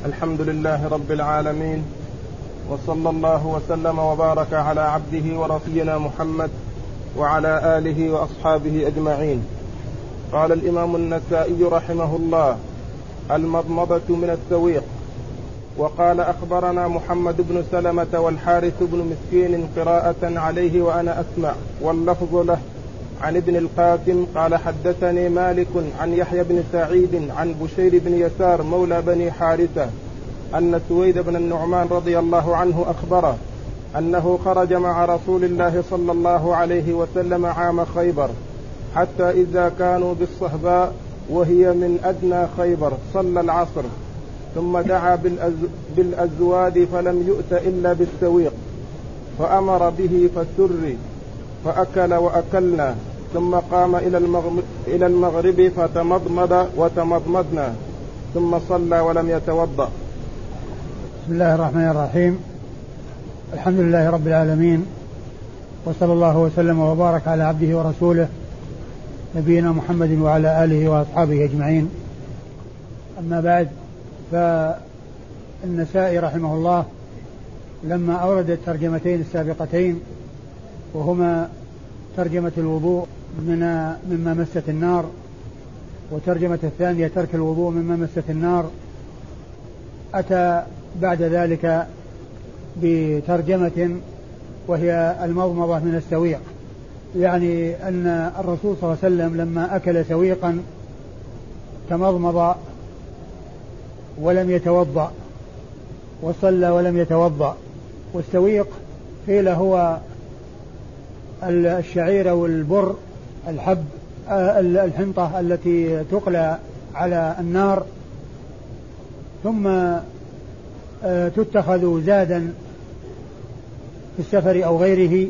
الحمد لله رب العالمين، وصلى الله وسلم وبارك على عبده ورسولنا محمد وعلى آله وأصحابه أجمعين. قال الإمام النسائي رحمه الله: المضمضة من السويق. وقال: أخبرنا محمد بن سلمة والحارث بن مسكين قراءة عليه وأنا أسمع، واللفظ له. عن ابن القاسم قال: حدثني مالك عن يحيى بن سعيد عن بشير بن يسار مولى بني حارثة أن سويد بن النعمان رضي الله عنه أخبره أنه خرج مع رسول الله صلى الله عليه وسلم عام خيبر، حتى إذا كانوا بالصهباء وهي من أدنى خيبر صلى العصر، ثم دعا بالأزواد فلم يؤت إلا بالسويق، فأمر به فسر، فأكل وأكلنا، ثم قام إلى المغرب فتمضمض وتمضمضنا، ثم صلى ولم يتوضأ. بسم الله الرحمن الرحيم. الحمد لله رب العالمين، وصلى الله وسلم وبارك على عبده ورسوله نبينا محمد وعلى آله وأصحابه أجمعين. أما بعد، فالنسائي رحمه الله لما أورد الترجمتين السابقتين، وهما ترجمة الوضوء مما مست النار، وترجمة الثانية ترك الوضوء مما مست النار، أتى بعد ذلك بترجمة وهي المضمضة من السويق، يعني أن الرسول صلى الله عليه وسلم لما أكل سويقا تمضمض ولم يتوضأ، وصلى ولم يتوضأ. والسويق قيل هو الشعير والبر، الحب، الحنطة التي تقلى على النار ثم تتخذ زادا في السفر أو غيره،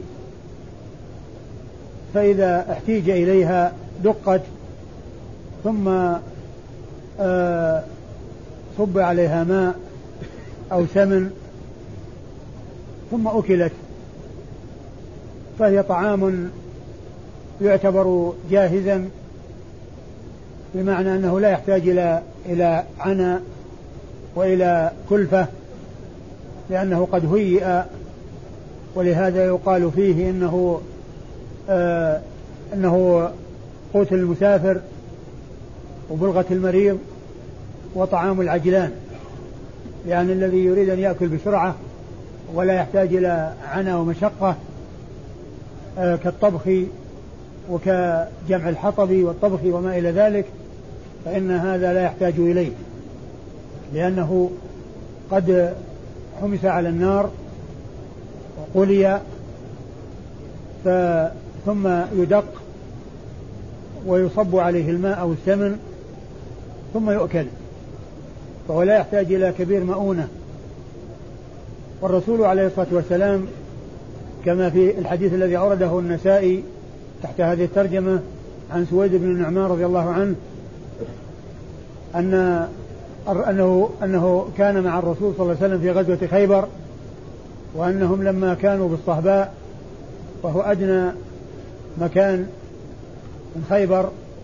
فإذا احتيج إليها دقت ثم صب عليها ماء أو سمن ثم أكلت، فهي طعام يعتبر جاهزا، بمعنى أنه لا يحتاج إلى عناء وإلى كلفة، لأنه قد هيئ، ولهذا يقال فيه إنه قوت المسافر وبلغة المريض وطعام العجلان، يعني الذي يريد أن يأكل بسرعة ولا يحتاج إلى عناء ومشقة كالطبخ وكجمع الحطب والطبخ وما إلى ذلك، فإن هذا لا يحتاج إليه، لأنه قد حمس على النار وقلي ثم يدق ويصب عليه الماء أو السمن ثم يؤكل، فهو لا يحتاج إلى كبير مؤونة. والرسول عليه الصلاة والسلام كما في الحديث الذي أورده النسائي تحت هذه الترجمة عن سويد بن النعمان رضي الله عنه أنه كان مع الرسول صلى الله عليه وسلم في غزوة خيبر، وأنهم لما كانوا بالصهباء وهو أدنى مكان من خيبر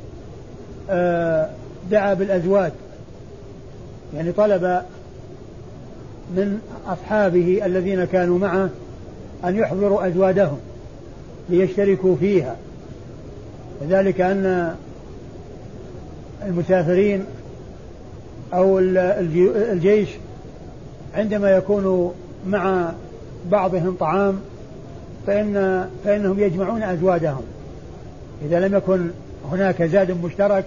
دعا بالأزواد، يعني طلب من أصحابه الذين كانوا معه أن يحضروا أزوادهم ليشتركوا فيها، وذلك أن المسافرين أو الجيش عندما يكون مع بعضهم طعام فإنهم يجمعون أزوادهم، إذا لم يكن هناك زاد مشترك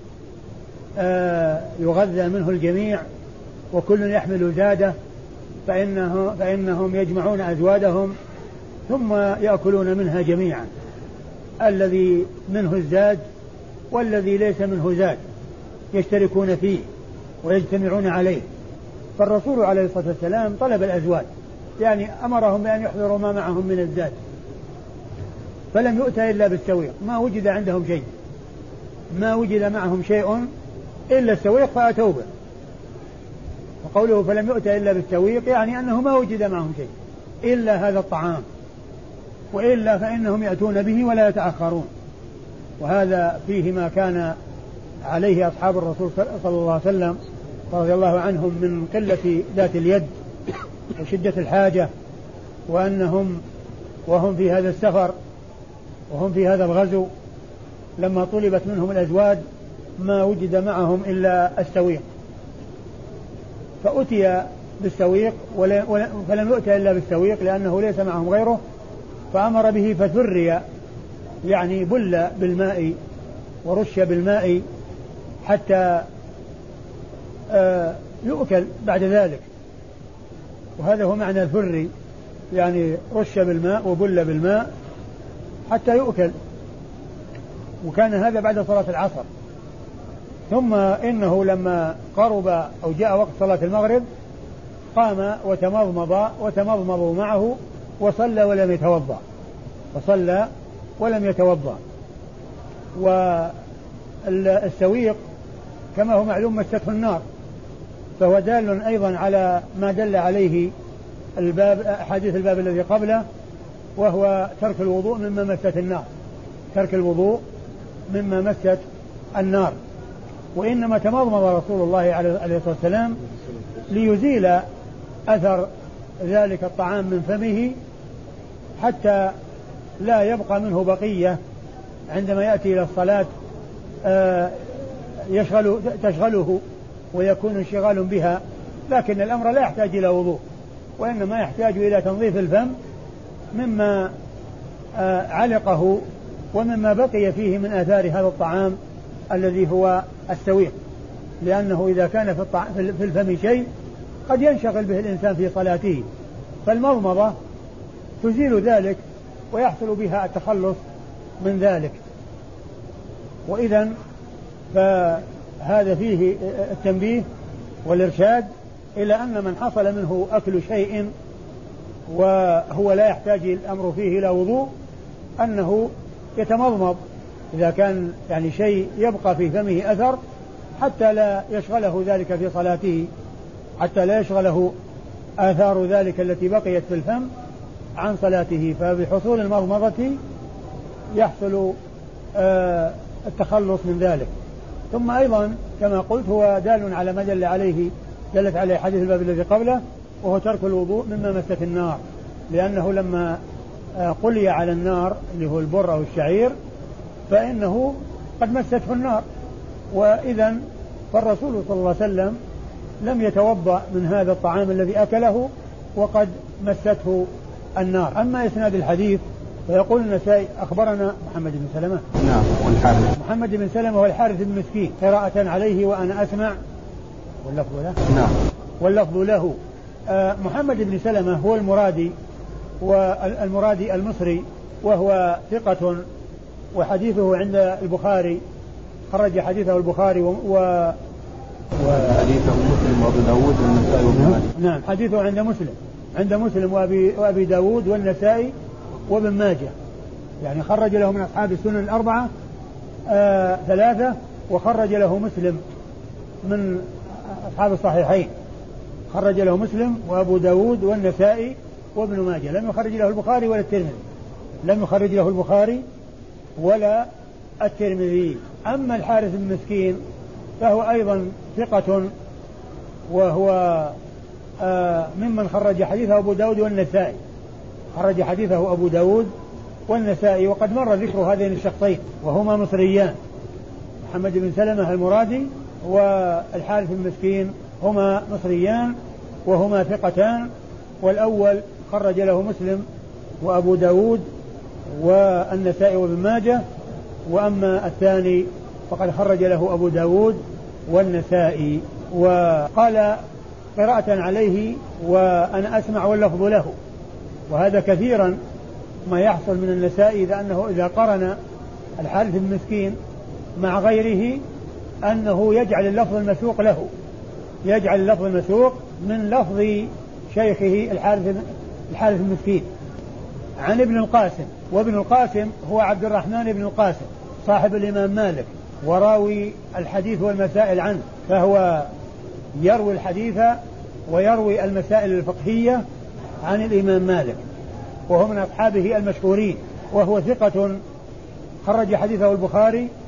يغذى منه الجميع وكل يحمل زاده، فإنهم يجمعون أزوادهم ثم يأكلون منها جميعا، الذي منه الزاد والذي ليس منه زاد يشتركون فيه ويجتمعون عليه. فالرسول عليه الصلاة والسلام طلب الأزواد، يعني أمرهم بأن يحضروا ما معهم من الزاد، فلم يؤتى إلا بالسويق، ما وجد عندهم شيء، ما وجد معهم شيء إلا السويق فأتوا به. وقوله فلم يؤتى إلا بالسويق يعني أنه ما وجد معهم شيء إلا هذا الطعام، وإلا فإنهم يأتون به ولا يتأخرون. وهذا فيه ما كان عليه أصحاب الرسول صلى الله عليه وسلم رضي الله عنهم من قلة ذات اليد وشدة الحاجة، وأنهم وهم في هذا السفر وهم في هذا الغزو لما طلبت منهم الأزواج ما وجد معهم إلا السويق، فأتي بالسويق فلم يؤتى إلا بالسويق لأنه ليس معهم غيره، فأمر به فثري، يعني بل بالماء ورش بالماء حتى يؤكل بعد ذلك. وهذا هو معنى الثري، يعني رش بالماء وبل بالماء حتى يؤكل. وكان هذا بعد صلاة العصر. ثم إنه لما قرب أو جاء وقت صلاة المغرب قام وتمضمضوا معه وصلى ولم يتوضأ. والسويق كما هو معلوم مسته النار، فهو دال أيضا على ما دل عليه حديث الباب الذي قبله، وهو ترك الوضوء مما مست النار. وإنما تمضمض رسول الله عليه الصلاة والسلام ليزيل أثر ذلك الطعام من فمه حتى لا يبقى منه بقية عندما يأتي إلى الصلاة تشغله ويكون انشغال بها. لكن الأمر لا يحتاج إلى وضوء، وإنما يحتاج إلى تنظيف الفم مما علقه ومما بقي فيه من آثار هذا الطعام الذي هو السويق، لأنه إذا كان في الفم شيء قد ينشغل به الإنسان في صلاته، فالمضمضة تزيل ذلك ويحصل بها التخلص من ذلك. وإذن فهذا فيه التنبيه والإرشاد إلى أن من حصل منه أكل شيء وهو لا يحتاج الأمر فيه إلى وضوء أنه يتمضمض إذا كان يعني شيء يبقى في فمه أثر حتى لا يشغله ذلك في صلاته، حتى لا يشغله آثار ذلك التي بقيت في الفم عن صلاته. فبحصول المضمضة يحصل التخلص من ذلك. ثم أيضا كما قلت هو دال على ما دلت عليه حديث الباب الذي قبله، وهو ترك الوضوء مما مست النار، لأنه لما قلي على النار اللي هو البر أو الشعير فإنه قد مسته النار، وإذا فالرسول صلى الله عليه وسلم لم يتوضأ من هذا الطعام الذي أكله وقد مسته النار. أما إسناد الحديث فيقول النسائي أخبرنا محمد بن سلمة. نعم. والحارث محمد بن سلمة والحارث بن مسكين قراءة عليه وأنا أسمع واللفظ له. نعم. واللفظ له. محمد بن سلمة هو المرادي المصري، وهو ثقة وحديثه عند البخاري، خرج حديثه البخاري حديثه مسلم وابي داود والنسائي وابن ماجه. نعم حديثه عند مسلم وابي داود والنسائي وابن ماجه، يعني خرج له من أصحاب السنن الأربعة ثلاثة، وخرج له مسلم من أصحاب الصحيحين، خرج له مسلم وأبو داود والنسائي وابن ماجه. لم يخرج له البخاري ولا الترمذي. أما الحارث بن مسكين فهو أيضا ثقة، وهو ممن خرج حديثه أبو داود والنسائي، خرج حديثه أبو داود والنسائي، وقد مر ذكر هذين الشخصين وهما مصريان، محمد بن سلمة المرادي والحارث بن مسكين هما مصريان وهما ثقتان. والأول خرج له مسلم وأبو داود والنسائي وابن ماجه، وأما الثاني فقد خرج له أبو داود والنسائي. وقال قراءة عليه وأنا أسمع واللفظ له، وهذا كثيرا ما يحصل من النسائي إذا قرن الحارث بن مسكين مع غيره أنه يجعل اللفظ المسوق له، يجعل اللفظ المسوق من لفظ شيخه الحارث المسكين عن ابن القاسم. وابن القاسم هو عبد الرحمن بن القاسم صاحب الإمام مالك وراوي الحديث والمسائل عنه، فهو يروي الحديث ويروي المسائل الفقهية عن الإمام مالك، وهو من أصحابه المشهورين، وهو ثقة خرج حديثه البخاري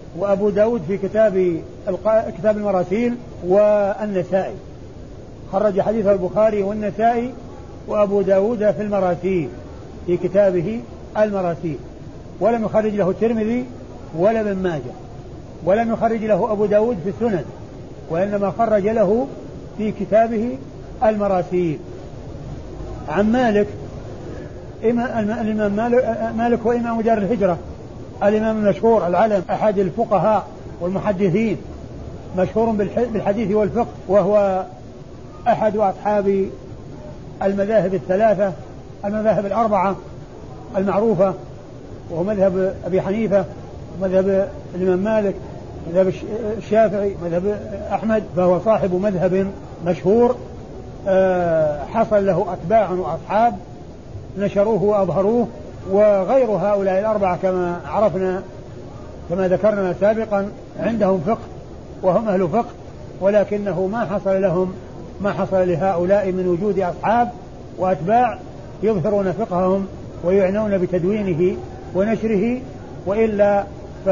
وأبو داود في كتاب المراسيل، والنسائي. خرج حديثه البخاري والنسائي وأبو داود في المراسيل في كتابه المراسيل، ولم يخرج له الترمذي ولا ابن ماجه، ولم يخرج له أبو داود في السنن، وإنما خرج له في كتابه المراسيل. عن مالك، الإمام مالك هو إمام دار الهجرة، الإمام المشهور العلم، أحد الفقهاء والمحدثين، مشهور بالحديث والفقه، وهو أحد أصحاب المذاهب الثلاثة، المذاهب الأربعة المعروفة، وهو مذهب أبي حنيفة، مذهب الإمام مالك، مذهب الشافعي، مذهب أحمد. فهو صاحب مذهب مشهور حصل له أتباع وأصحاب نشروه وأظهروه، وغير هؤلاء الأربعة كما عرفنا كما ذكرنا سابقا عندهم فقه وهم أهل فقه، ولكنه ما حصل لهؤلاء من وجود أصحاب وأتباع يظهرون فقههم ويعنون بتدوينه ونشره. وإلا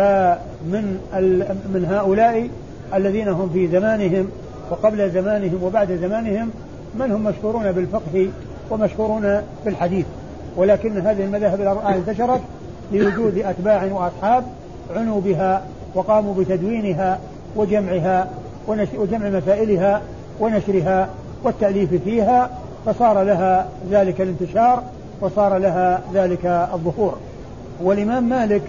من هؤلاء الذين هم في زمانهم وقبل زمانهم وبعد زمانهم من هم مشهورون بالفقه ومشهورون بالحديث، ولكن هذه المذاهب الأربعة انتشرت لوجود أتباع وأصحاب عنوا بها وقاموا بتدوينها وجمعها وجمع مسائلها ونشرها والتأليف فيها، فصار لها ذلك الانتشار وصار لها ذلك الظهور. والإمام مالك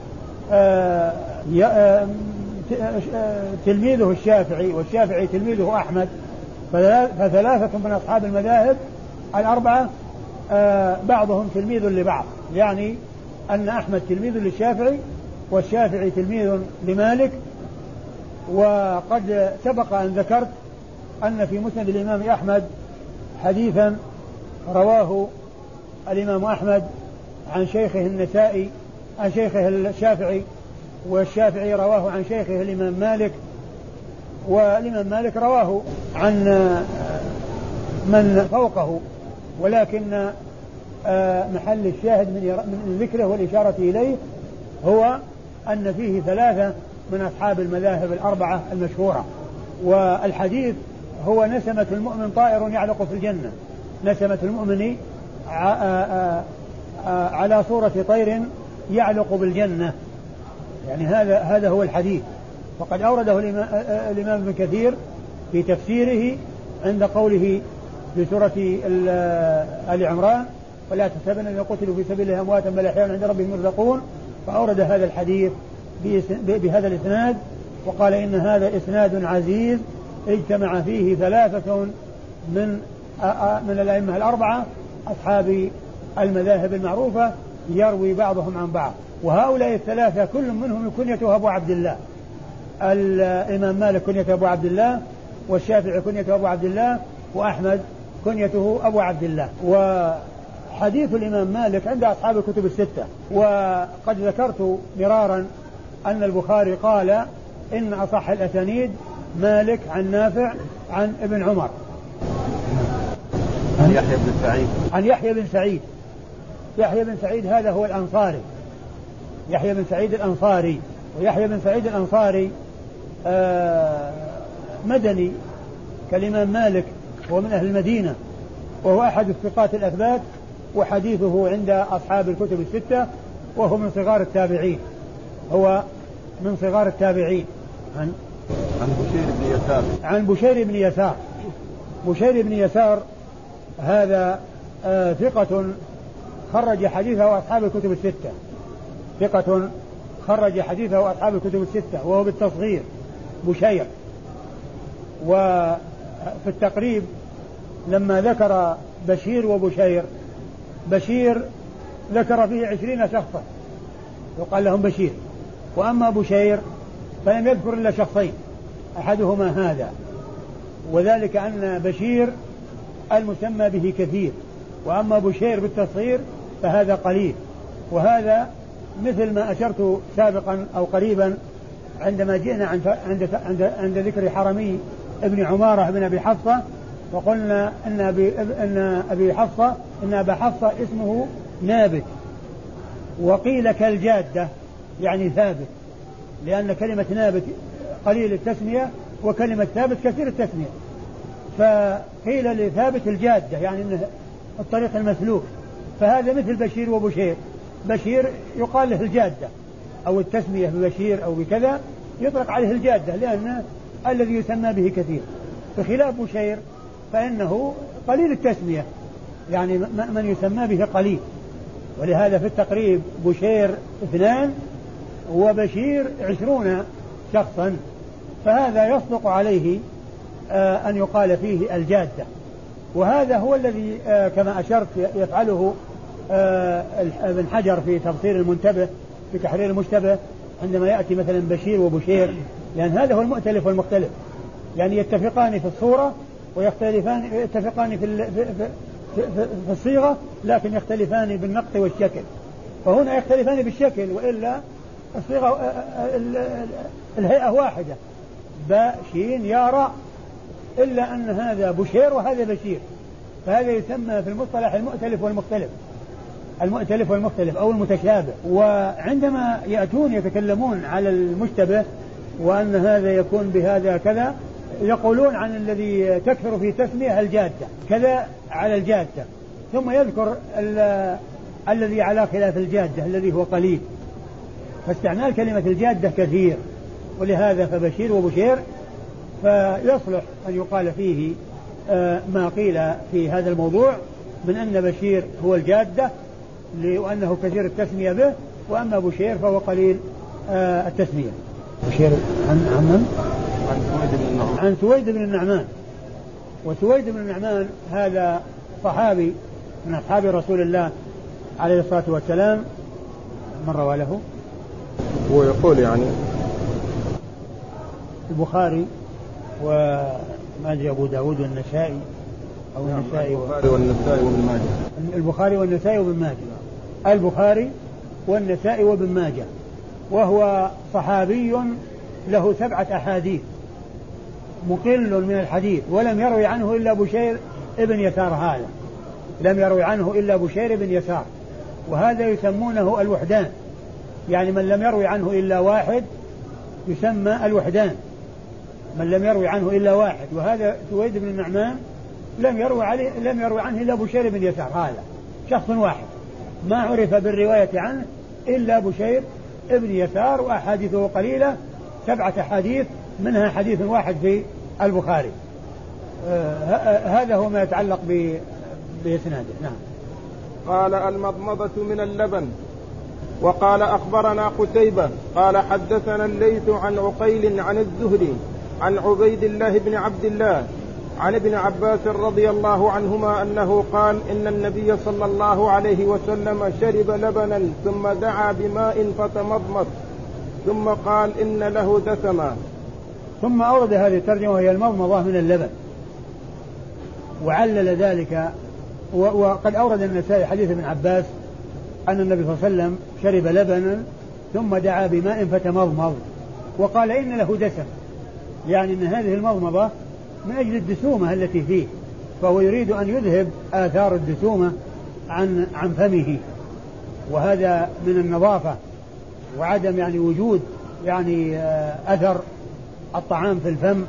تلميذه الشافعي، والشافعي تلميذه أحمد، فثلاثة من أصحاب المذاهب الأربعة بعضهم تلميذ لبعض، يعني أن أحمد تلميذ للشافعي والشافعي تلميذ لمالك. وقد سبق أن ذكرت أن في مسند الإمام أحمد حديثا رواه الإمام أحمد عن شيخه النسائي عن شيخه الشافعي، والشافعي رواه عن شيخه الإمام مالك، والإمام مالك رواه عن من فوقه، ولكن محل الشاهد من ذكره والإشارة إليه هو أن فيه ثلاثة من أصحاب المذاهب الأربعة المشهورة. والحديث هو نسمة المؤمن طائر يعلق في الجنة، نسمة المؤمن على صورة طير يعلق بالجنة، يعني هذا هو الحديث. وقد أورده الإمام ابن كثير في تفسيره عند قوله في سورة آل عمران: ولا تحسبن الذين قتلوا في سبيل الله أمواتا بل أحياء عند ربهم يرزقون، فأورد هذا الحديث بهذا الإسناد، وقال إن هذا إسناد عزيز اجتمع فيه ثلاثة من الأئمة الأربعة أصحاب المذاهب المعروفة يروي بعضهم عن بعض. وهؤلاء الثلاثة كل منهم كنيته أبو عبد الله، الإمام مالك كنيته أبو عبد الله، والشافعي كنيته أبو عبد الله، وأحمد كنيته أبو عبد الله. وحديث الإمام مالك عند أصحاب الكتب الستة. وقد ذكرت مرارا أن البخاري قال إن أصح الأسانيد مالك عن نافع عن ابن عمر عن يحيى بن سعيد، عن يحيى بن سعيد. يحيى بن سعيد هذا هو الأنصاري، يحيى بن سعيد الأنصاري. ويحيى بن سعيد الأنصاري مدني كالإمام مالك، هو من أهل المدينة، وهو أحد الثقات الأثبات، وحديثه عند أصحاب الكتب الستة، وهو من صغار التابعين، هو من صغار التابعين. عن بشير بن يسار، عن بشير بن يسار. بشير بن يسار هذا ثقة خرج حديثه أصحاب الكتب الستة، ثقة خرج حديثه أصحاب الكتب الستة، وهو بالتصغير بشير. وفي التقريب لما ذكر بشير وبشير، بشير ذكر فيه 20 شخصا يقال لهم بشير، وأما بشير فلم يذكر إلا شخصين، أحدهما هذا، وذلك أن بشير المسمى به كثير، وأما بشير بالتصغير فهذا قليل. وهذا مثل ما أشرت سابقا أو قريبا عندما جئنا عند ذكر حرمي ابن عمارة بن أبي حفصة، وقلنا إن أبا حفصة اسمه نابت، وقيل كالجادة يعني ثابت، لأن كلمة نابت قليل التسمية وكلمة ثابت كثير التسمية. فقيل لثابت الجادة يعني إنه الطريق المسلوك، فهذا مثل بشير وبشير. بشير يقال له الجادة أو التسمية ببشير أو بكذا يطلق عليه الجادة لأنه الذي يسمى به كثير، بخلاف بشير فإنه قليل التسمية يعني من يسمى به قليل. ولهذا في التقريب بشير 2 وبشير 20 شخصا، فهذا يصدق عليه أن يقال فيه الجادة. وهذا هو الذي كما أشرت يفعله ابن حجر في تفسير المنتبه في تحرير المشتبه عندما يأتي مثلا بشير وبشير، لأن هذا هو المؤتلف والمختلف، يعني يتفقان في الصورة ويختلفان، يتفقان في الصيغة لكن يختلفان بالنقط والشكل. فهنا يختلفان بالشكل وإلا الصيغة الهيئة واحدة باء شين يا راء، إلا أن هذا بشير وهذا بشير، فهذا يسمى في المصطلح المؤتلف والمختلف، المؤتلف والمختلف أو المتشابه. وعندما يأتون يتكلمون على المشتبه وأن هذا يكون بهذا كذا يقولون عن الذي تكثر في تسمية الجادة كذا على الجادة، ثم يذكر الذي على خلاف الجادة الذي هو قليل، فاستعمال كلمة الجادة كثير، ولهذا فبشير وبشير فيصلح أن يقال فيه ما قيل في هذا الموضوع من أن بشير هو الجادة وأنه كثير التسمية به، وأما بشير فهو قليل التسمية. بشير عن سويد بن النعمان. وسويد بن النعمان هذا صحابي من أصحاب رسول الله عليه الصلاة والسلام. من روى له؟ هو يقول يعني البخاري وماجه أبو داود والنسائي أو النسائي وابن ماجه. البخاري والنسائي وابن ماجه. البخاري والنسائي وابن ماجه. وهو صحابي له 7 أحاديث، مقل من الحديث، ولم يروي عنه إلا بشير ابن يسار. هذا لم يروي عنه إلا بشير ابن يسار، وهذا يسمونه الوحدان، يعني من لم يروي عنه إلا واحد يسمى الوحدان، من لم يروي عنه إلا واحد. وهذا سويد بن النعمان لم يروي عنه إلا بشير بن يسار، هذا شخص واحد ما عرف بالرواية عنه إلا بشير ابن يسار، وأحاديثه قليلة 7 أحاديث منها حديث واحد في البخاري. هذا هو ما يتعلق بإسناده. نعم. قال المضمضة من اللبن. وقال أخبرنا قتيبة قال حدثنا الليث عن عقيل عن الزهري عن عبيد الله بن عبد الله عن ابن عباس رضي الله عنهما أنه قال إن النبي صلى الله عليه وسلم شرب لبنا ثم دعا بماء فتمضمض ثم قال إن له دسما. ثم أورد هذه الترجمة وهي المضمضة من اللبن، وعلل ذلك. وقد أورد النسائي حديث ابن عباس أن النبي صلى الله عليه وسلم شرب لبنا ثم دعا بماء فتمضمض وقال إن له دسم، يعني أن هذه المضمضة من أجل الدسومة التي فيه، فهو يريد أن يذهب آثار الدسومة عن فمه، وهذا من النظافة وعدم يعني وجود يعني أثر الطعام في الفم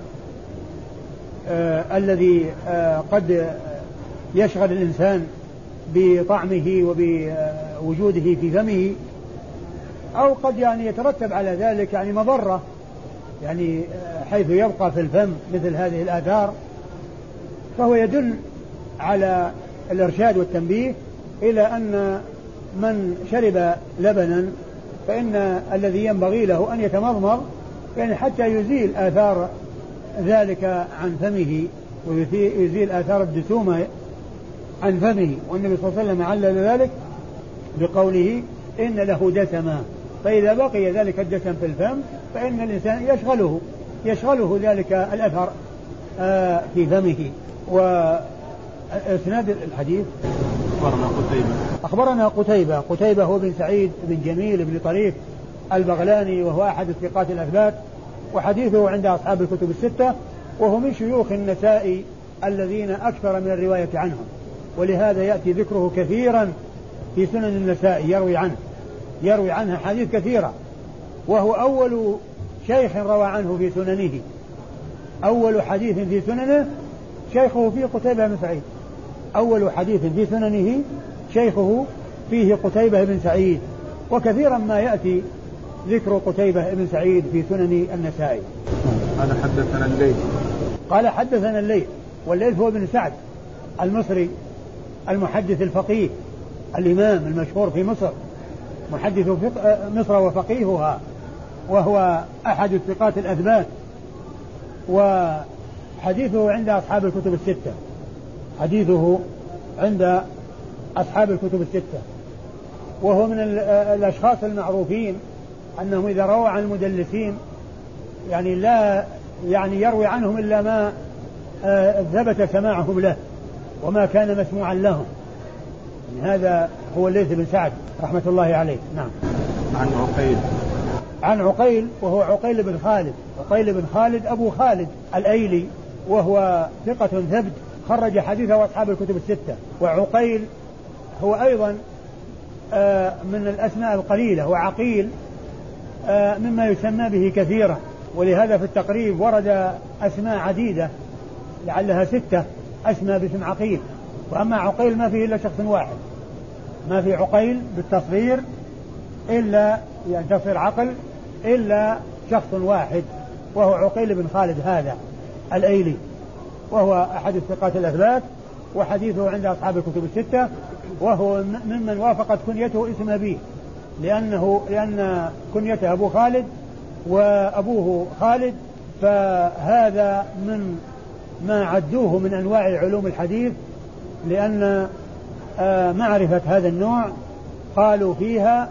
الذي قد يشغل الإنسان بطعمه وبوجوده في فمه، أو قد يعني يترتب على ذلك يعني مضرة، يعني حيث يبقى في الفم مثل هذه الآثار. فهو يدل على الإرشاد والتنبيه إلى أن من شرب لبنا فإن الذي ينبغي له أن يتمضمض، يعني حتى يزيل آثار ذلك عن فمه ويزيل آثار الدسومة عن فمه. والنبي صلى الله عليه وسلم علل ذلك بقوله إن له دسما، فإذا بقي ذلك الدسم في الفم فإن الإنسان يشغله ذلك الأثر في فمه. وإسناد الحديث أخبرنا قتيبة هو بن سعيد بن جميل بن طريف البغلاني، وهو أحد الثقات الأثبات، وحديثه عند أصحاب الكتب 6، وهو من شيوخ النسائي الذين أكثر من الرواية عنهم، ولهذا يأتي ذكره كثيرا في سنن النسائي، يروي عنها حديث كثيرة، وهو أول شيخ روى عنه في سننه، أول حديث في سننه شيخه فيه قتيبة بن سعيد، أول حديث في سننه شيخه فيه قتيبة بن سعيد. وكثيرا ما يأتي ذكر قتيبة بن سعيد في سنن النسائي. قال حدثنا الليث، قال حدثنا الليث، والليث هو بن سعد المصري المحدث الفقيه الإمام المشهور في مصر، محدث مصر وفقيهها، وهو أحد الثقات الأثبات، وحديثه عند أصحاب الكتب الستة، حديثه عند أصحاب الكتب الستة. وهو من الأشخاص المعروفين أنهم إذا روى عن المدلسين يعني لا يعني يروي عنهم إلا ما ثبت سماعهم له وما كان مسموعا لهم. يعني هذا هو الليث بن سعد رحمة الله عليه. نعم. عن عقيل وهو عقيل بن خالد، عقيل بن خالد أبو خالد الأيلي، وهو ثقة ثبت خرج حديثه أصحاب الكتب الستة. وعقيل هو أيضا من الأسماء القليلة، وعقيل مما يسمى به كثيرا، ولهذا في التقريب ورد أسماء عديدة لعلها 6 أسماء باسم عقيل. وأما عقيل ما فيه إلا شخص واحد، ما في عقيل بالتصغير إلا يعني تصغير عقل إلا شخص واحد، وهو عقيل بن خالد هذا الأيلي، وهو أحد الثقات الأثبات، وحديثه عند أصحاب الكتب الستة، وهو ممن وافقت كنيته اسم أبيه، لأن كنيته أبو خالد وأبوه خالد، فهذا من ما عدوه من أنواع علوم الحديث، لأن معرفة هذا النوع قالوا فيها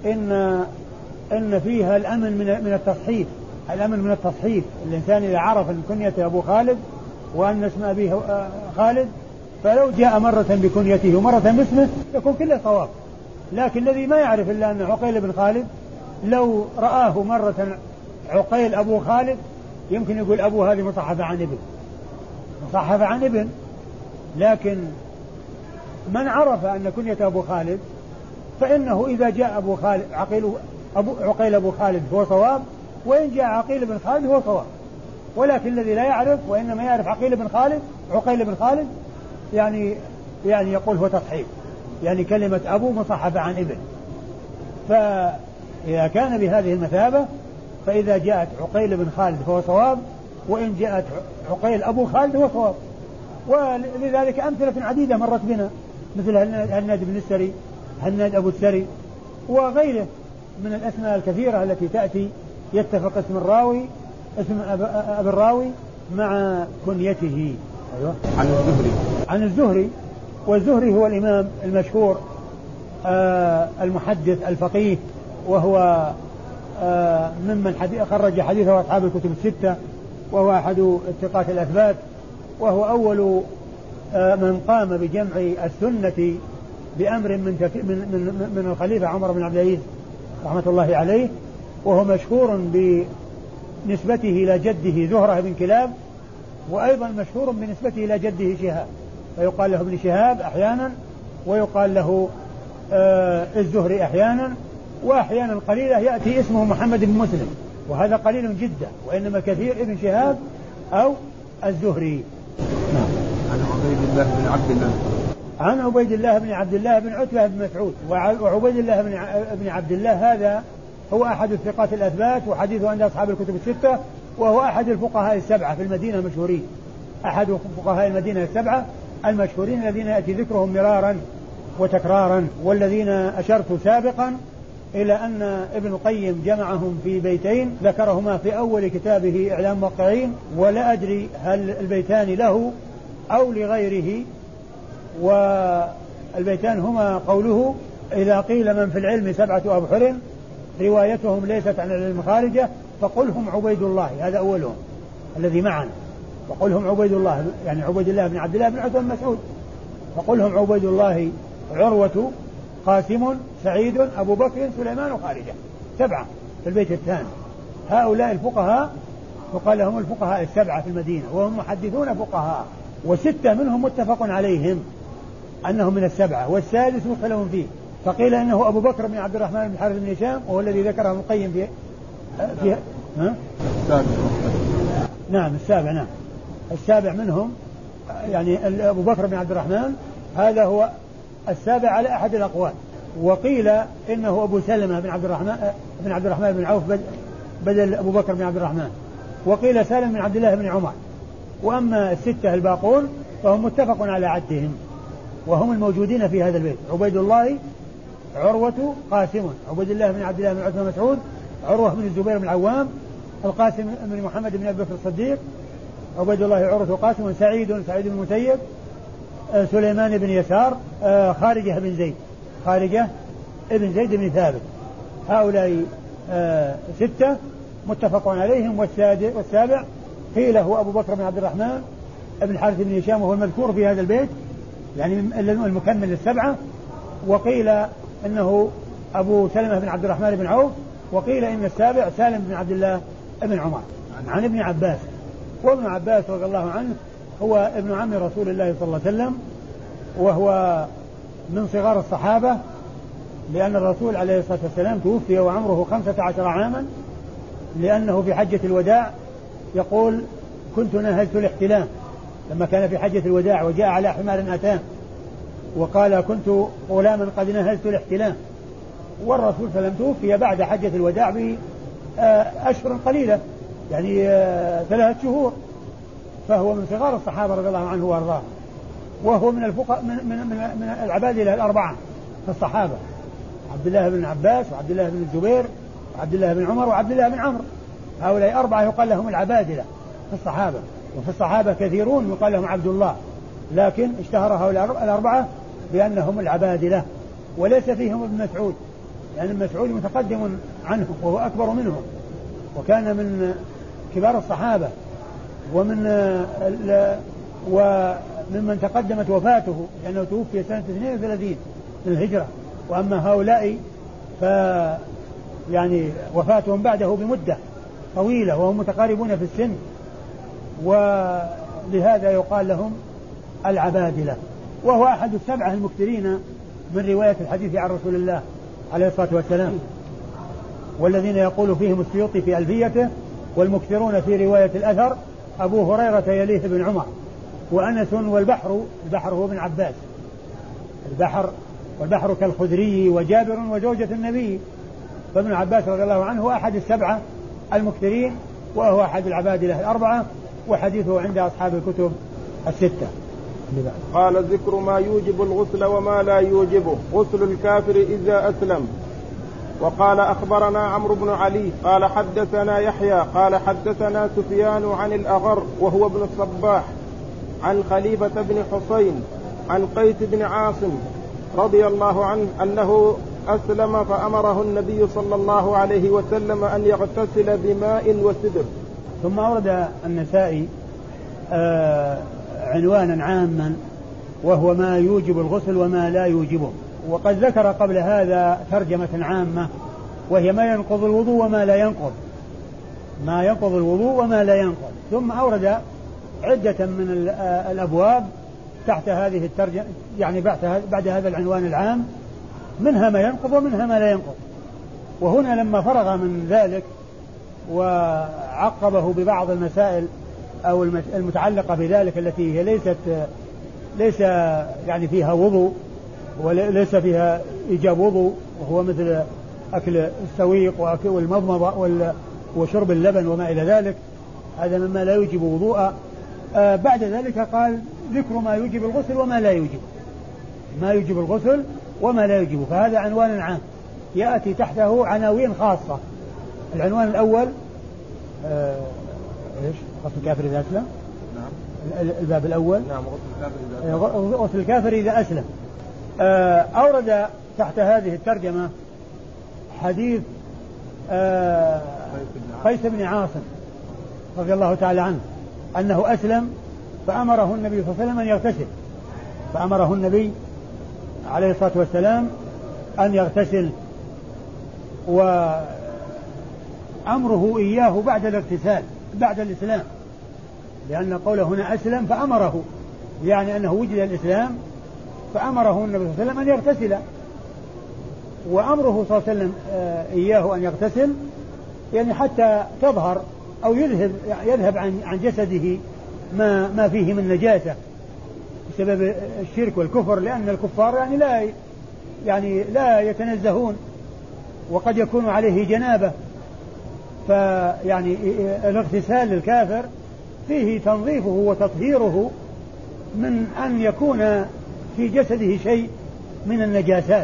إن فيها الأمن من التصحيف، الأمن من التصحيف. الإنسان إذا عرف أن كنيته أبو خالد وأن اسم أبيه خالد، فلو جاء مرة بكنيته ومرة باسمه يكون كله صواب. لكن الذي ما يعرف إلا أن عقيل بن خالد لو رآه مرة عقيل أبو خالد يمكن يقول أبو هذه مصحفة عن ابن، مصحفة عن ابن. لكن من عرف أن كنيته أبو خالد فإنه إذا جاء أبو خالد عقيل أبو خالد هو صواب، وإن جاء عقيل بن خالد هو صواب. ولكن الذي لا يعرف وإنما يعرف عقيل بن خالد يعني يقول هو تصحيح، يعني كلمة أبو مصحفة عن ابن. فإذا كان بهذه المثابة فإذا جاءت عقيل بن خالد فهو صواب، وإن جاءت عقيل أبو خالد هو صواب. ولذلك أمثلة عديدة مرت بنا، مثل هناد بن السري، هناد أبو السري، وغيره من الأسماء الكثيرة التي تأتي يتفق اسم أبي الراوي مع كنيته. أيوة. عن الزهري، والزهري هو الإمام المشهور المحدث الفقيه، وهو ممن خرج حديثه أصحاب الكتب الستة، وهو أحد الثقات الأثبات، وهو أول من قام بجمع السنة بأمر من الخليفة عمر بن عبد العزيز رحمة الله عليه. وهو مشهور بنسبته إلى جده زهرة بن كلاب، وأيضا مشهور بنسبته إلى جده شهاب، فيقال له ابن شهاب أحيانا، ويقال له الزهري أحيانا، وأحيانا قليلة يأتي اسمه محمد بن مسلم، وهذا قليل جدا، وإنما كثير ابن شهاب أو الزهري. عن عبيد الله بن عبد الله، عن عبيد الله بن عبد الله بن عتبة بن مسعود. وعبيد الله بن عبد الله هذا هو أحد الثقات الأثبات، وحديثه عند أصحاب الكتب الستة، وهو أحد الفقهاء السبعة في المدينة المشهورين، أحد فقهاء المدينة السبعة المشهورين الذين يأتي ذكرهم مرارا وتكرارا، والذين أشرت سابقا إلى أن ابن القيم جمعهم في بيتين ذكرهما في أول كتابه إعلام الموقعين، ولا أدري هل البيتان له أو لغيره. والبيتان هما قوله: إذا قيل من في العلم 7 أبحر روايتهم ليست عن العلم خارجة فقلهم عبيد الله، هذا أولهم الذي معنا، فقلهم عبيد الله، يعني عبيد الله بن عبد الله بن عتبة بن مسعود، فقلهم عبيد الله، عروة، قاسم، سعيد، أبو بكر، سليمان، وخارجة، 7 في البيت الثاني. هؤلاء الفقهاء يقال لهم الفقهاء السبعة في المدينة، وهم محدثون فقهاء، و6 منهم متفق عليهم أنهم من السبعة، والسادس مختلف فيه، فقيل إنه أبو بكر بن عبد الرحمن بن الحارث بن هشام، وهو الذي ذكره ابن القيم فيها السابع. نعم السابع، نعم السابع منهم يعني أبو بكر بن عبد الرحمن، هذا هو السابع على أحد الأقوال. وقيل إنه أبو سلمة بن عبد الرحمن بن عوف بدل أبو بكر بن عبد الرحمن، وقيل سالم بن عبد الله بن عمر. وأما الستة الباقون فهم متفق على عدهم، وهم الموجودين في هذا البيت: عبيد الله، عروة، قاسم. عبيد الله بن عبد الله بن عثمان مسعود، عروة بن الزبير بن العوام، القاسم بن محمد بن أبي بكر الصديق، عبيد الله، عروة، قاسم، سعيد بن المسيب، سليمان بن يسار، خارجة بن زيد بن ثابت. هؤلاء ستة متفق عليهم. والسابع قيل هو أبو بكر بن عبد الرحمن ابن الحارث بن هشام، وهو المذكور في هذا البيت يعني المكمل للسبعة. وقيل إنه أبو سلمة بن عبد الرحمن بن عوف. وقيل إن السابع سالم بن عبد الله بن عمر عن ابن عباس. وابن عباس رضي الله عنه هو ابن عم رسول الله صلى الله عليه وسلم، وهو من صغار الصحابة، لأن الرسول عليه الصلاة والسلام توفي وعمره 15 عاما، لأنه في حجة الوداع يقول: كنت نهزت الاحتلام، لما كان في حجة الوداع وجاء على حمار أتان وقال: كنت غلاما قد نهزت الاحتلام. والرسول صلى الله عليه وسلم توفي بعد حجة الوداع بأشهر قليلة، يعني 3 شهور، فهو من صغار الصحابة رضي الله عنه وارضاه، وهو من من العبادلة الأربعة في الصحابة: عبد الله بن عباس، وعبد الله بن الزبير، وعبد الله بن عمر، وعبد الله بن عمرو. هؤلاء 4 يقال لهم العبادلة في الصحابة. وفي الصحابة كثيرون يقال لهم عبد الله، لكن اشتهر هؤلاء الأربعة بأنهم العبادلة. وليس فيهم ابن مسعود، يعني ابن مسعود متقدم عنه وهو أكبر منهم، وكان من كبار الصحابة، وممن تقدمت وفاته، لأنه توفي سنة 32 من الهجرة. وأما هؤلاء يعني وفاتهم بعده بمدة طويلة، وهم متقاربون في السن، ولهذا يقال لهم العبادلة. وهو أحد السبعة المكثرين من رواية الحديث عن رسول الله عليه الصلاة والسلام، والذين يقول فيهم السيوطي في ألفيته: والمكثرون في رواية الأثر أبو هريرة يليه بن عمر، وأنس، والبحر. البحر هو ابن عباس، والبحر كالخدري، وجابر، وزوجة النبي. فابن عباس رضي الله عنه هو أحد السبعة المكثرين، وهو أحد العبادلة الأربعة، وحديثه عند أصحاب الكتب الستة. قال: ذكر ما يوجب الغسل وما لا يوجبه. غسل الكافر إذا أسلم. وقال: أخبرنا عمرو بن علي قال: حدثنا يحيى قال: حدثنا سفيان عن الأغر وهو ابن الصباح عن خليفة بن حسين عن قيس بن عاصم رضي الله عنه أنه أسلم فأمره النبي صلى الله عليه وسلم أن يغتسل بماء وسدر. ثم أورد النسائي عنوانا عاما، وهو ما يوجب الغسل وما لا يوجبه. وقد ذكر قبل هذا ترجمة عامة، وهي ما ينقض الوضوء وما لا ينقض، ما ينقض الوضوء وما لا ينقض. ثم أورد عدة من الأبواب تحت هذه الترجمة، يعني بعد هذا العنوان العام، منها ما ينقض ومنها ما لا ينقض. وهنا لما فرغ من ذلك وعقبه ببعض المسائل أو المتعلقة بذلك التي هي ليس يعني فيها وضوء وليس فيها إيجاب وضوء، وهو مثل أكل السويق والمضمضة وشرب اللبن وما إلى ذلك، هذا مما لا يوجب وضوء. بعد ذلك قال: ذكر ما يوجب الغسل وما لا يوجب، ما يوجب الغسل وما لا يوجب. فهذا عنوان عام يأتي تحته عناوين خاصة. العنوان الأول إيش؟ غسل الكافر إذا أسلم. نعم. الباب الأول. نعم. غسل الكافر إذا أسلم. أورد تحت هذه الترجمة حديث قيس بن عاصم رضي الله تعالى عنه أنه أسلم فأمره النبي صلى الله عليه وسلم أن يغتسل، فأمره النبي عليه الصلاة والسلام أن يغتسل، وأمره إياه بعد الاغتسال بعد الإسلام، لأن قوله هنا أسلم فأمره، يعني أنه وجد الإسلام فأمره النبي صلى الله عليه وسلم أن يغتسل. وأمره صلى الله عليه وسلم إياه أن يغتسل يعني حتى تظهر أو يذهب عن جسده ما فيه من نجاسة بسبب الشرك والكفر، لأن الكفار يعني لا يتنزهون، وقد يكون عليه جنابة. فيعني الاغتسال للكافر فيه تنظيفه وتطهيره من أن يكون في جسده شيء من النجاسات،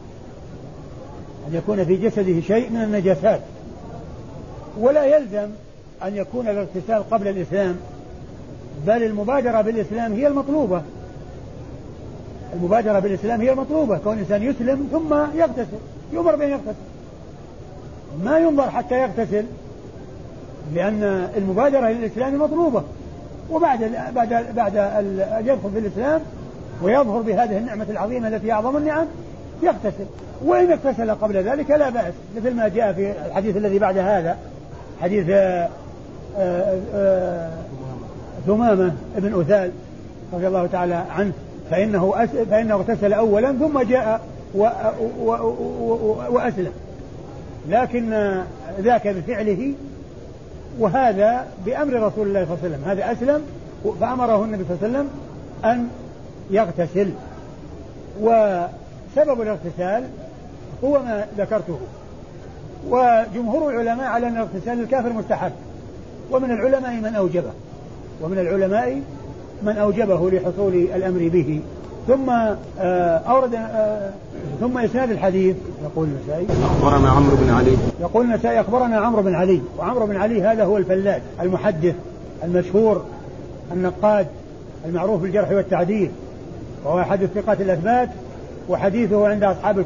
أن يكون في جسده شيء من النجاسات. ولا يلزم أن يكون الاغتسال قبل الإسلام، بل المبادرة بالإسلام هي المطلوبة. المبادرة بالإسلام هي المطلوبة، كون الإنسان يسلم ثم يغتسل، يؤمر بأن يغتسل، ما ينظر حتى يغتسل، لأن المبادرة للإسلام مطلوبة. بعد أن يدخل في الإسلام ويظهر بهذه النعمة العظيمة التي أعظم النعم يغتسل. وإن اغتسل قبل ذلك لا بأس، مثل ما جاء في الحديث الذي بعد هذا، حديث ثمامة ابن أثال رضي الله تعالى عنه، فإنه اغتسل أولا ثم جاء وأسلم، لكن ذاك بفعله، وهذا بأمر رسول الله صلى الله عليه وسلم. هذا أسلم فأمره النبي صلى الله عليه وسلم أن يغتسل. وسبب الاغتسال هو ما ذكرته. وجمهور العلماء على أن اغتسال الكافر مستحب، ومن العلماء من أوجبه لحصول الأمر به. ثم إسناد الحديث يقول النسائي أخبرنا عمرو بن علي، يقول النسائي أخبرنا عمرو بن علي. وعمرو بن علي هذا هو الفلاس المحدث المشهور النقاد المعروف بالجرح والتعديل، وهو أحد الثقات الأثبات، وحديثه عند أصحاب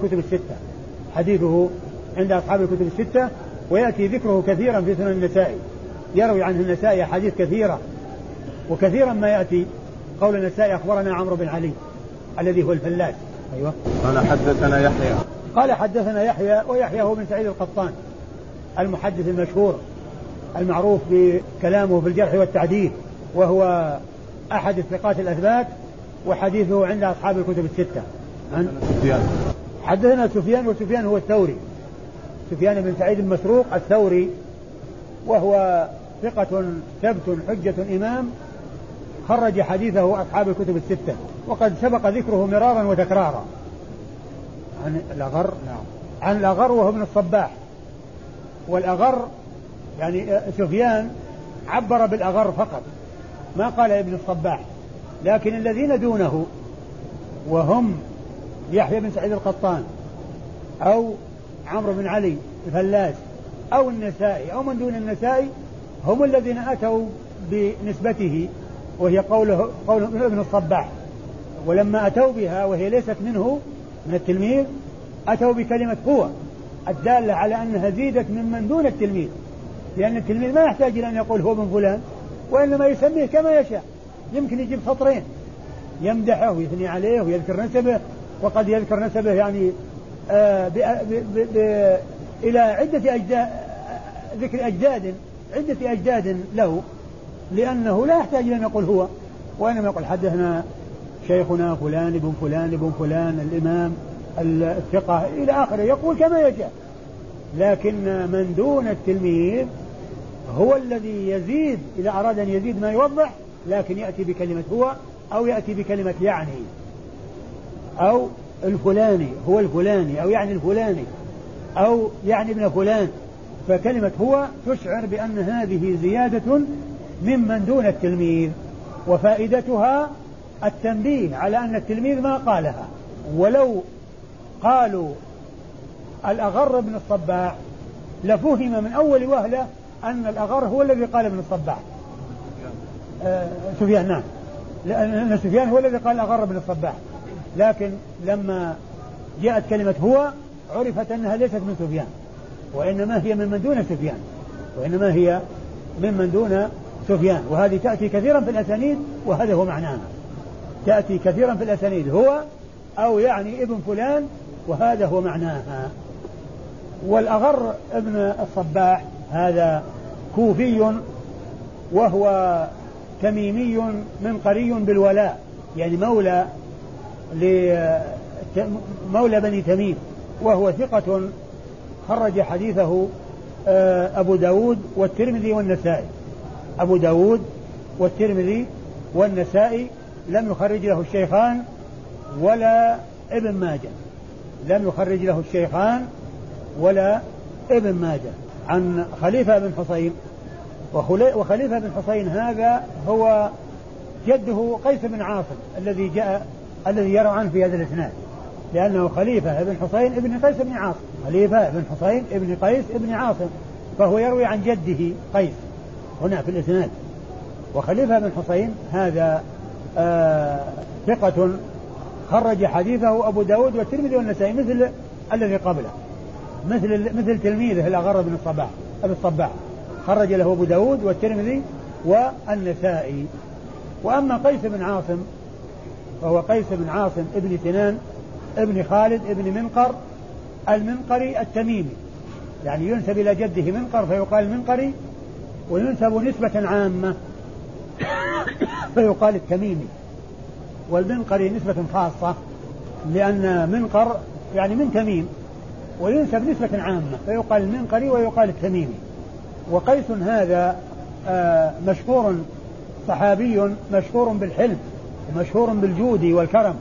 الكتب الستة، ويأتي ذكره كثيرا في سنن النسائي، يروي عنه النسائي حديث كثيرة، وكثيرا ما يأتي قول النسائي أخبرنا عمرو بن علي الذي هو الفلاس. أيوة. قال حدثنا يحيى ويحيى هو بن سعيد القطان المحدث المشهور المعروف بكلامه في الجرح والتعديل، وهو أحد الثقات الأثبات، وحديثه عند أصحاب الكتب الستة. حدثنا سفيان، وسفيان هو الثوري، سفيان بن سعيد المسروق الثوري، وهو ثقة ثبت حجة إمام، خرج حديثه أصحاب الكتب الستة، وقد سبق ذكره مرارا وتكرارا. عن الأغر وهو ابن الصباح. والأغر يعني سفيان عبر بالأغر فقط، ما قال ابن الصباح، لكن الذين دونه وهم يحيى بن سعيد القطان أو عمرو بن علي الفلاس أو النسائي أو من دون النسائي هم الذين أتوا بنسبته، وهي قول ابن الصباح. ولما أتوا بها وهي ليست منه من التلميذ أتوا بكلمة هو الدالة على أنها زيدت من دون التلميذ، لأن التلميذ ما يحتاج إلى أن يقول هو ابن فلان، وإنما يسميه كما يشاء. يمكن يجيب سطرين يمدحه ويثني عليه ويذكر نسبه، وقد يذكر نسبه يعني إلى عدة أجداد، ذكر عدة أجداد له، لأنه لا يحتاج إلى أن يقول هو، وإنما يقول حدثنا شيخنا فلان ابن فلان ابن فلان الإمام الثقة إلى آخره، يقول كما يشاء. لكن من دون التلميذ هو الذي يزيد، إذا أراد أن يزيد ما يوضح، لكن يأتي بكلمة هو، أو يأتي بكلمة يعني، أو الفلاني هو الفلاني، أو يعني الفلاني، أو يعني ابن فلان. فكلمة هو تشعر بأن هذه زيادة ممن دون التلميذ، وفائدتها التنبيه على أن التلميذ ما قالها. ولو قالوا الأغر ابن الصباح لفهم من أول وهلة أن الأغر هو الذي قال ابن الصباح. سفيان، نعم، لأن سفيان هو الذي قال الأغر ابن الصباح، لكن لما جاءت كلمة هو عرفت أنها ليست من سفيان، وإنما هي ممن دون سفيان، وهذه تأتي كثيرا في الأسانيد، وهذا هو معناها، تأتي كثيرا في الأسانيد هو أو يعني ابن فلان، وهذا هو معناها. والأغر ابن الصباح هذا كوفي، وهو تميمي منقري بالولاء، يعني مولى بني تميم، وهو ثقة خرج حديثه أبو داود والترمذي والنسائي. أبو داود والترمذي والنسائي لم يخرج له الشيخان ولا ابن ماجه، لم يخرج له الشيخان ولا ابن ماجه. عن خليفة بن حسين، وخليفة بن حسين هذا هو جده قيس بن عاصم الذي يروى عنه في هذا الإسناد، لأنه خليفة بن حسين ابن قيس بن عاصم، خليفة بن حسين ابن قيس ابن عاصم، فهو يروي عن جده قيس هنا في الإسناد. وخليفة بن حسين هذا ثقة خرج حديثه أبو داود والترمذي والنسائي مثل الذي قبله، مثل تلميذه الأغر بن الصباح خرج له أبو داود والترمذي والنسائي. وأما قيس بن عاصم فهو قيس بن عاصم ابن سنان ابن خالد ابن منقر المنقري التميمي، يعني ينسب إلى جده منقر فيقال المنقري، وينسب نسبة عامة فيقال التميمي، والمنقري نسبة خاصة لأن منقر يعني من تميم، وينسب نسبة عامة فيقال المنقري ويقال التميمي. وقيس هذا مشهور صحابي مشهور بالحلم ومشهور بالجود والكرم،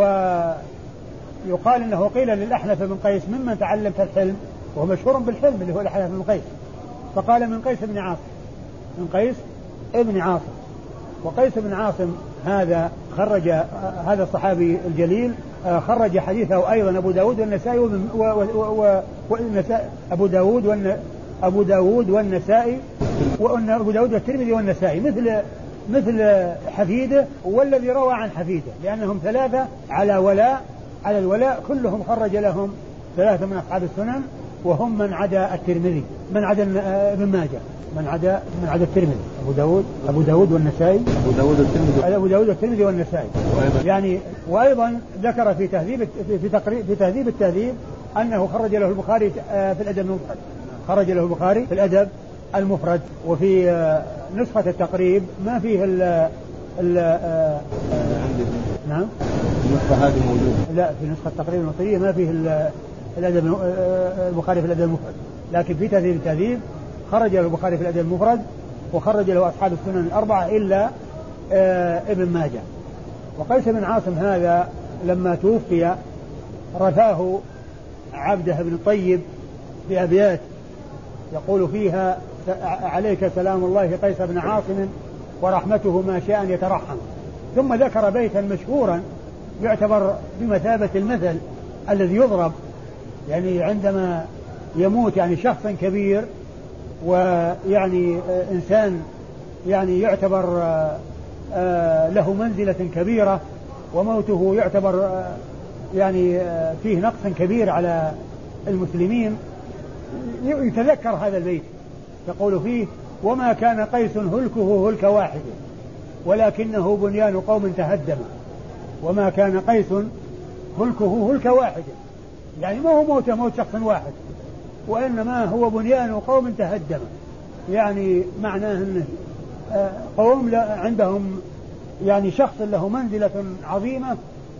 ويقال انه قيل للأحنف بن قيس ممن تعلمت الحلم، وهو مشهور بالحلم اللي هو الأحنف بن قيس، فقال من قيس بن عاصم، من قيس ابن عاصم. وقيس بن عاصم هذا خرج هذا الصحابي الجليل خرج حديثه أيضا أبو داود والنسائي أبو داود والنسائي وأبو داود والترمذي والنسائي مثل حفيده والذي روى عن حفيده، لأنهم ثلاثة على الولاء كلهم خرج لهم ثلاثة من أصحاب السنن، وهم من عدا الترمذي، من عدا ابن ماجه، من عدا الترمذي، أبو داود والنسائي، أبو داود والترمذي والنسائي. يعني وأيضا ذكر في تهذيب التهذيب أنه خرج له البخاري في الأدب المفرد، خرج له البخاري في الأدب المفرد. وفي نسخة التقريب ما فيه نعم النسخة هذه موجودة، لا في نسخة التقريب المصرية ما فيه الأدب البخاري في الأدب المفرد، لكن في تهذيب التهذيب خرج له البخاري في الأدب المفرد، وخرج له أصحاب السنن الأربعة إلا ابن ماجه. وقيس بن عاصم هذا لما توفي رثاه عبده بن الطيب بأبيات يقول فيها: عليك سلام الله قيس بن عاصم ورحمته ما شاء يترحم. ثم ذكر بيتا مشهورا يعتبر بمثابة المثل الذي يضرب، يعني عندما يموت يعني شخص كبير ويعني إنسان يعني يعتبر له منزلة كبيرة، وموته يعتبر يعني فيه نقص كبير على المسلمين، يتذكر هذا البيت يقول فيه: وما كان قيس هلكه هلك واحد ولكنه بنيان قوم تهدم. وما كان قيس هلكه هلك واحد، يعني ما هو موت شخص واحد، وإنما هو بنيان قوم تهدم، يعني معناه أنه قوم عندهم يعني شخص له منزلة عظيمة،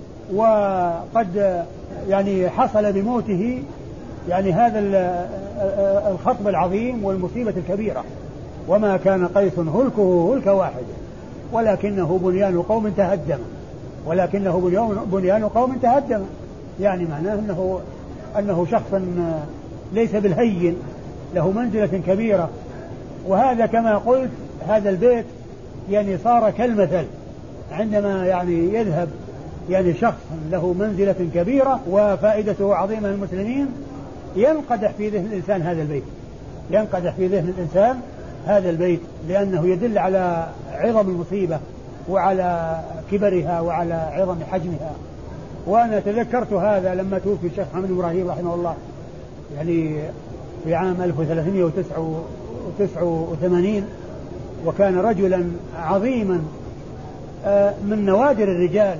وقد يعني حصل بموته يعني هذا الخطب العظيم والمصيبة الكبيرة. وما كان قيس هلكه هلك واحد ولكنه بنيان قوم تهدم، بنيان قوم تهدم، يعني معناه أنه شخص ليس بالهين، له منزلة كبيرة. وهذا كما قلت هذا البيت يعني صار كالمثل عندما يعني يذهب يعني شخص له منزلة كبيرة وفائدته عظيمة للمسلمين، ينقدح في ذهن الإنسان هذا البيت، لأنه يدل على عظم المصيبة وعلى كبرها وعلى عظم حجمها. وأنا تذكرت هذا لما توفي الشيخ محمد بن إبراهيم رحمه الله يعني في عام 1389، وكان رجلا عظيما من نوادر الرجال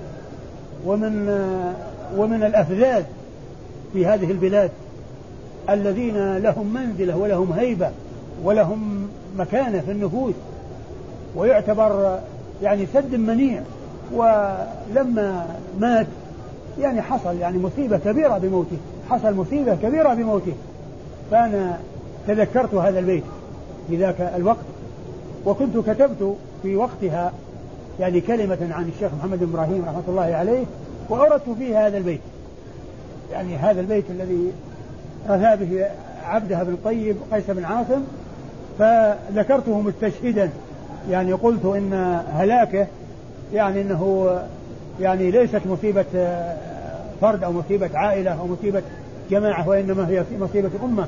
ومن الأفذاذ في هذه البلاد، الذين لهم منزلة ولهم هيبة ولهم مكانة في النفوس، ويعتبر يعني سد منيع. ولما مات يعني حصل يعني مصيبة كبيرة بموته، فأنا تذكرت هذا البيت في ذاك الوقت، وكنت كتبت في وقتها يعني كلمة عن الشيخ محمد بن إبراهيم رحمة الله عليه، وأردت فيه هذا البيت، يعني هذا البيت الذي رثى به عبده بن طيب قيس بن عاصم، فذكرته مستشهدا، يعني قلت إن هلاكه يعني إنه يعني ليست مصيبة فرد أو مصيبة عائلة أو مصيبة جماعة، وإنما هي مصيبة أمة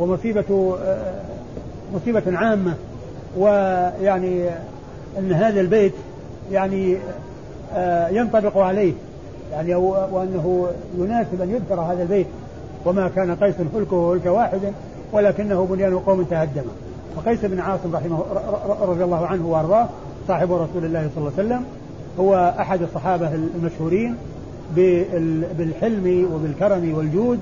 مصيبة عامة. ويعني أن هذا البيت يعني ينطبق عليه، يعني وأنه يناسب أن يذكر هذا البيت: وما كان قيس هلكه هلك واحد ولكنه بنيان قوم تهدم. وقيس بن عاصم رضي الله عنه وارضاه صاحب رسول الله صلى الله عليه وسلم هو أحد الصحابة المشهورين بالحلم وبالكرم والجود،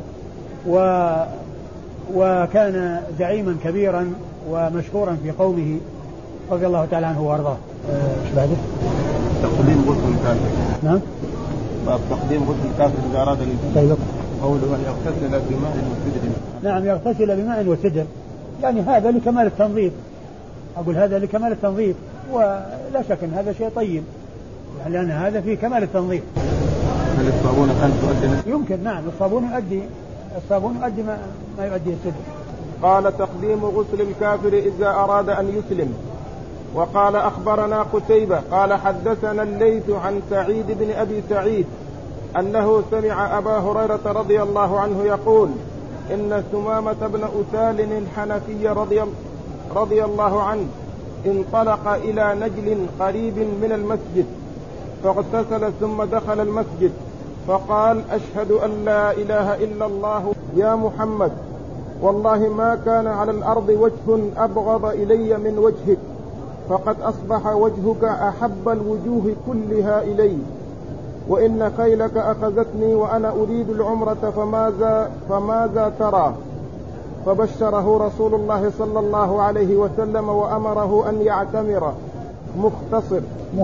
وكان زعيما كبيرا ومشهورا في قومه رضي الله تعالى عنه وارضاه. ايش بعده؟ تقديم غسل الكافر. نعم. باب تقديم غسل الكافر اذا اراد ان طيب. قوله ان يغتسل بماء وسدر. نعم، يغتسل بماء وسدر، يعني هذا لكمال التنظيف، اقول هذا لكمال التنظيف، ولا شك ان هذا شيء طيب، يعني لان هذا في كمال التنظيف. هل الصابون كان تؤدي؟ يمكن، نعم، الصابون يؤدي ما يؤدي السدر. قال تقديم غسل الكافر إذا أراد أن يسلم. وقال أخبرنا قتيبة قال حدثنا الليث عن سعيد بن أبي سعيد أنه سمع أبا هريرة رضي الله عنه يقول: إن ثمامة بن أثال الحنفي رضي الله عنه انطلق إلى نجل قريب من المسجد فاغتسل ثم دخل المسجد فقال: أشهد أن لا إله إلا الله يا محمد، والله ما كان على الأرض وجه أبغض إلي من وجهك، فقد أصبح وجهك أحب الوجوه كلها إلي، وإن خيلك أخذتني وأنا أريد العمرة فماذا ترى؟ فبشره رسول الله صلى الله عليه وسلم وأمره أن يعتمر مختصر.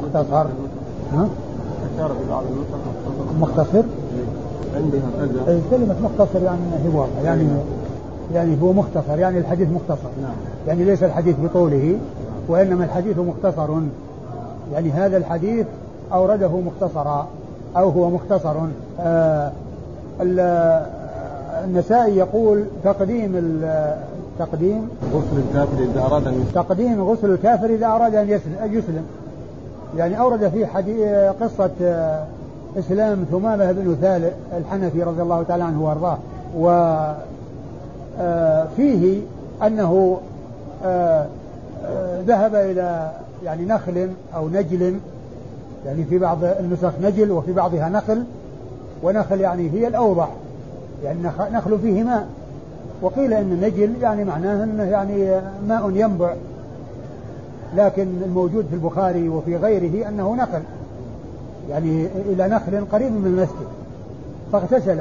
عندها كذا كلمة مختصر يعني هو يعني هو مختصر، يعني الحديث مختصر. نعم. يعني ليس الحديث بطوله، وإنما الحديث مختصر، يعني هذا الحديث أورده مختصرا أو هو مختصر. النسائي يقول تقديم غسل الكافر إذا أراد أن تقديم غسل الكافر إذا أراد أن يسلم، يعني أورد فيه قصة إسلام ثمامة بن أثال الحنفي رضي الله تعالى عنه وارضاه، وفيه أنه ذهب إلى يعني نخل أو نجل، يعني في بعض النسخ نجل وفي بعضها نخل، ونخل يعني هي الأوضح، يعني نخل فيه ماء، وقيل إن النجل يعني معناه أنه يعني ماء ينبع، لكن الموجود في البخاري وفي غيره أنه نخل، يعني إلى نخل قريب من المسجد فاغتسل.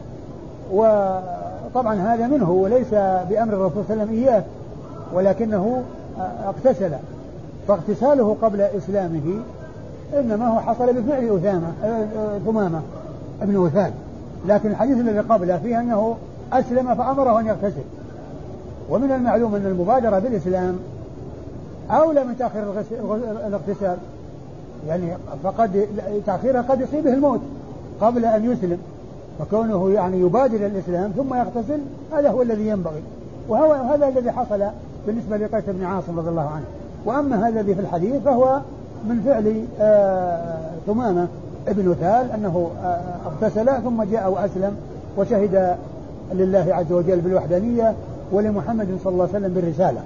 وطبعا هذا منه وليس بأمر الرسول صلى الله عليه وسلم إياه، ولكنه اغتسل، فاغتساله قبل إسلامه إنما هو حصل بفعل ثمامة ابن أثال، لكن الحديث الذي قبله فيه أنه أسلم فأمره أن يغتسل. ومن المعلوم أن المبادرة بالإسلام أولى من تأخير الاغتسال، يعني فقد تأخيرها قد يصيبه الموت قبل أن يسلم، فكونه يعني يبادر الإسلام ثم يغتسل هذا هو الذي ينبغي، وهذا الذي حصل بالنسبة لقيس بن عاصم رضي الله عنه. وأما هذا الذي في الحديث فهو من فعل ثمامة ابن أثال أنه اغتسل ثم جاء وأسلم وشهد لله عز وجل بالوحدانية ولمحمد صلى الله عليه وسلم بالرسالة.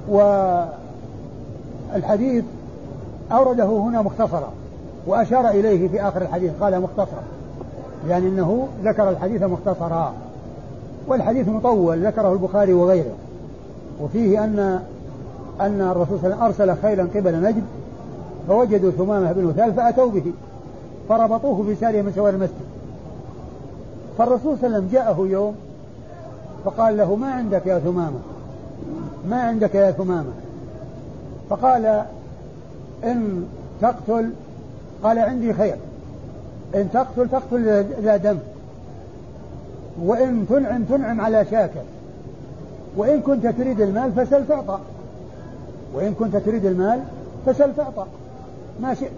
والحديث أورده هنا مختصرا، وأشار إليه في آخر الحديث قال مختصرا، يعني أنه ذكر الحديث مختصرا، والحديث مطول ذكره البخاري وغيره، وفيه أن الرسول صلى الله عليه وسلم أرسل خيلا قبل نجد فوجدوا ثمامة بن أثال فأتوا به فربطوه في سارية من سوار المسجد، فالرسول صلى الله عليه وسلم جاءه يوم فقال له: ما عندك يا ثمامة؟ ما عندك يا ثمامة؟ فقال: إن تقتل، قال: عندي خير، إن تقتل ذا دم، وإن تنعم على شاكر. وإن كنت تريد المال فسل تعطى، وإن كنت تريد المال فسل تعطى ما شئت.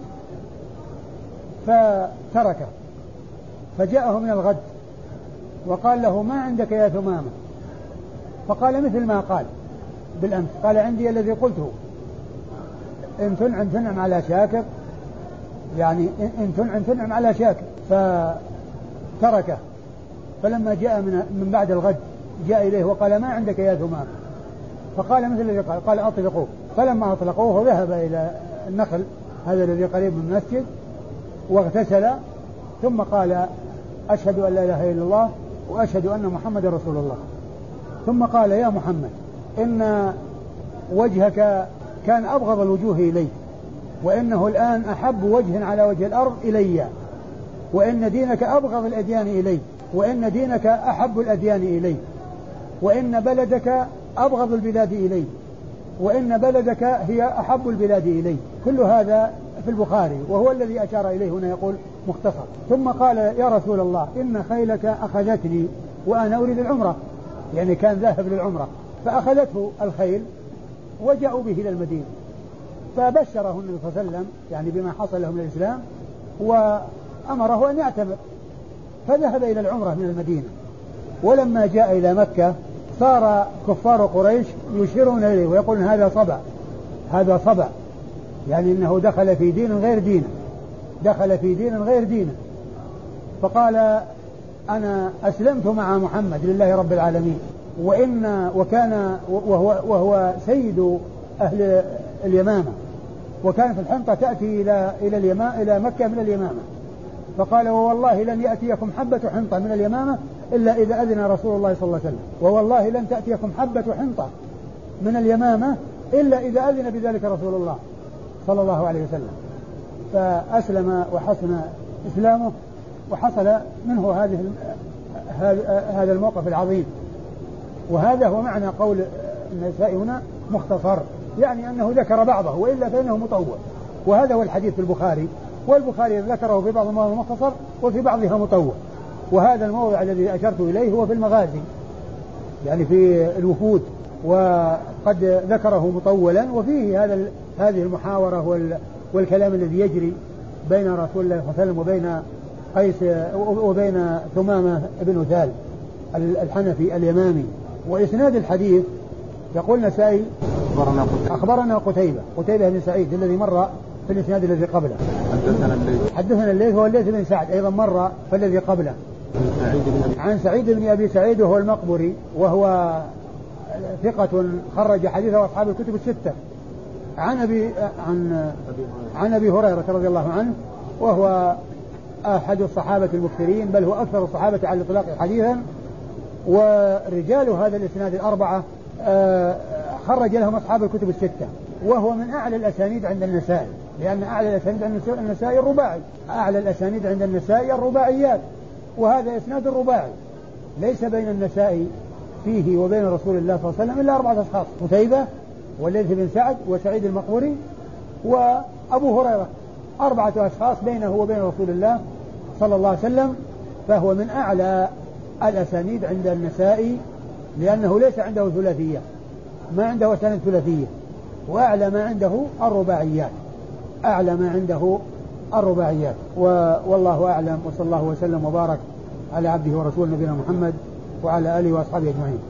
فتركه، فجاءه من الغد وقال له: ما عندك يا ثمامة؟ فقال مثل ما قال بالأمس، قال: عندي الذي قلته، إن تنعم تنعم على شاكر، يعني إن تنعم تنعم على شاكر. فتركه. فلما جاء من بعد الغد جاء إليه وقال: ما عندك يا ثمامة؟ فقال مثل الذي قال أطلقوه. فلما أطلقوه ذهب إلى النخل هذا الذي قريب من المسجد واغتسل، ثم قال: أشهد أن لا إله إلا الله وأشهد أن محمد رسول الله. ثم قال: يا محمد، إن وجهك كان أبغض الوجوه إلي، وإنه الآن أحب وجه على وجه الأرض إلي، وإن دينك أبغض الأديان إلي، وإن دينك أحب الأديان إلي، وإن بلدك أبغض البلاد إلي، وإن بلدك هي أحب البلاد إلي. كل هذا في البخاري، وهو الذي أشار إليه هنا يقول مختصر. ثم قال: يا رسول الله، إن خيلك أخذتني وأنا أريد العمرة، يعني كان ذاهب للعمرة، فأخذته الخيل وجاءوا به إلى المدينة، فبشره النبي صلى الله عليه وسلم يعني بما حصل له من الإسلام، وأمره أن يعتمر، فذهب إلى العمرة من المدينة. ولما جاء إلى مكة صار كفار قريش يشيرون إليه ويقولون: هذا صبع، هذا صبع، يعني إنه دخل في دين غير دينه، دخل في دين غير دينه. فقال: أنا أسلمت مع محمد لله رب العالمين، وكان وهو سيد أهل اليمامة، وكانت الحنطة تأتي إلى مكة من اليمامة. فقال: ووالله لن يأتيكم حبة حنطة من اليمامة إلا إذا أذن رسول الله صلى الله عليه وسلم، ووالله لن تأتيكم حبة حنطة من اليمامة إلا إذا أذن بذلك رسول الله صلى الله عليه وسلم. فأسلم وحسن إسلامه، وحصل منه هذا الموقف العظيم. وهذا هو معنى قول النسائي هنا مختصر، يعني أنه ذكر بعضه، وإلا فإنه مطول. وهذا هو الحديث في البخاري، والبخاري ذكره في بعض المواضع مختصر وفي بعضها مطول. وهذا الموضع الذي أشرت إليه هو في المغازي، يعني في الوفود، وقد ذكره مطولا، وفيه هذه المحاورة والكلام الذي يجري بين رسول الله صلى الله عليه وسلم وبين قيس وبين ثمامة بن أثال الحنفي اليمامي. وإسناد الحديث يقول النسائي: أخبرنا قتيبة بن سعيد الذي مر في الإسناد الذي قبله. حدثنا الليث هو الليث بن سعد أيضا مر في الذي قبله. عن سعيد بن أبي سعيد وهو المقبري، وهو ثقة خرج حديثه أصحاب الكتب الستة. عن أبي هريرة رضي الله عنه، وهو أحد الصحابة المكثرين، بل هو أكثر الصحابة على الإطلاق حديثا. ورجال هذا الإسناد الأربعة خرج لهم أصحاب الكتب الستة، وهو من أعلى الأسانيد عند النسائي، لأن أعلى الأسانيد عند النسائي الرباعي، أعلى الأسانيد عند النسائي الرباعيات، وهذا إسناد الرباعي. ليس بين النسائي فيه وبين رسول الله صلى الله عليه وسلم إلا 4 أشخاص: قتيبة والليث بن سعد وسعيد المقبري وأبو هريرة، 4 أشخاص بينه وبين رسول الله صلى الله عليه وسلم. فهو من أعلى الأسانيد عند النسائي، لأنه ليس عنده ثلاثية، ما عنده أسانيد ثلاثية، وأعلى ما عنده الرباعيات، أعلى ما عنده الرباعيات. والله أعلم، وصلى الله وسلم وبارك على عبده ورسوله نبينا محمد وعلى آله وأصحابه أجمعين.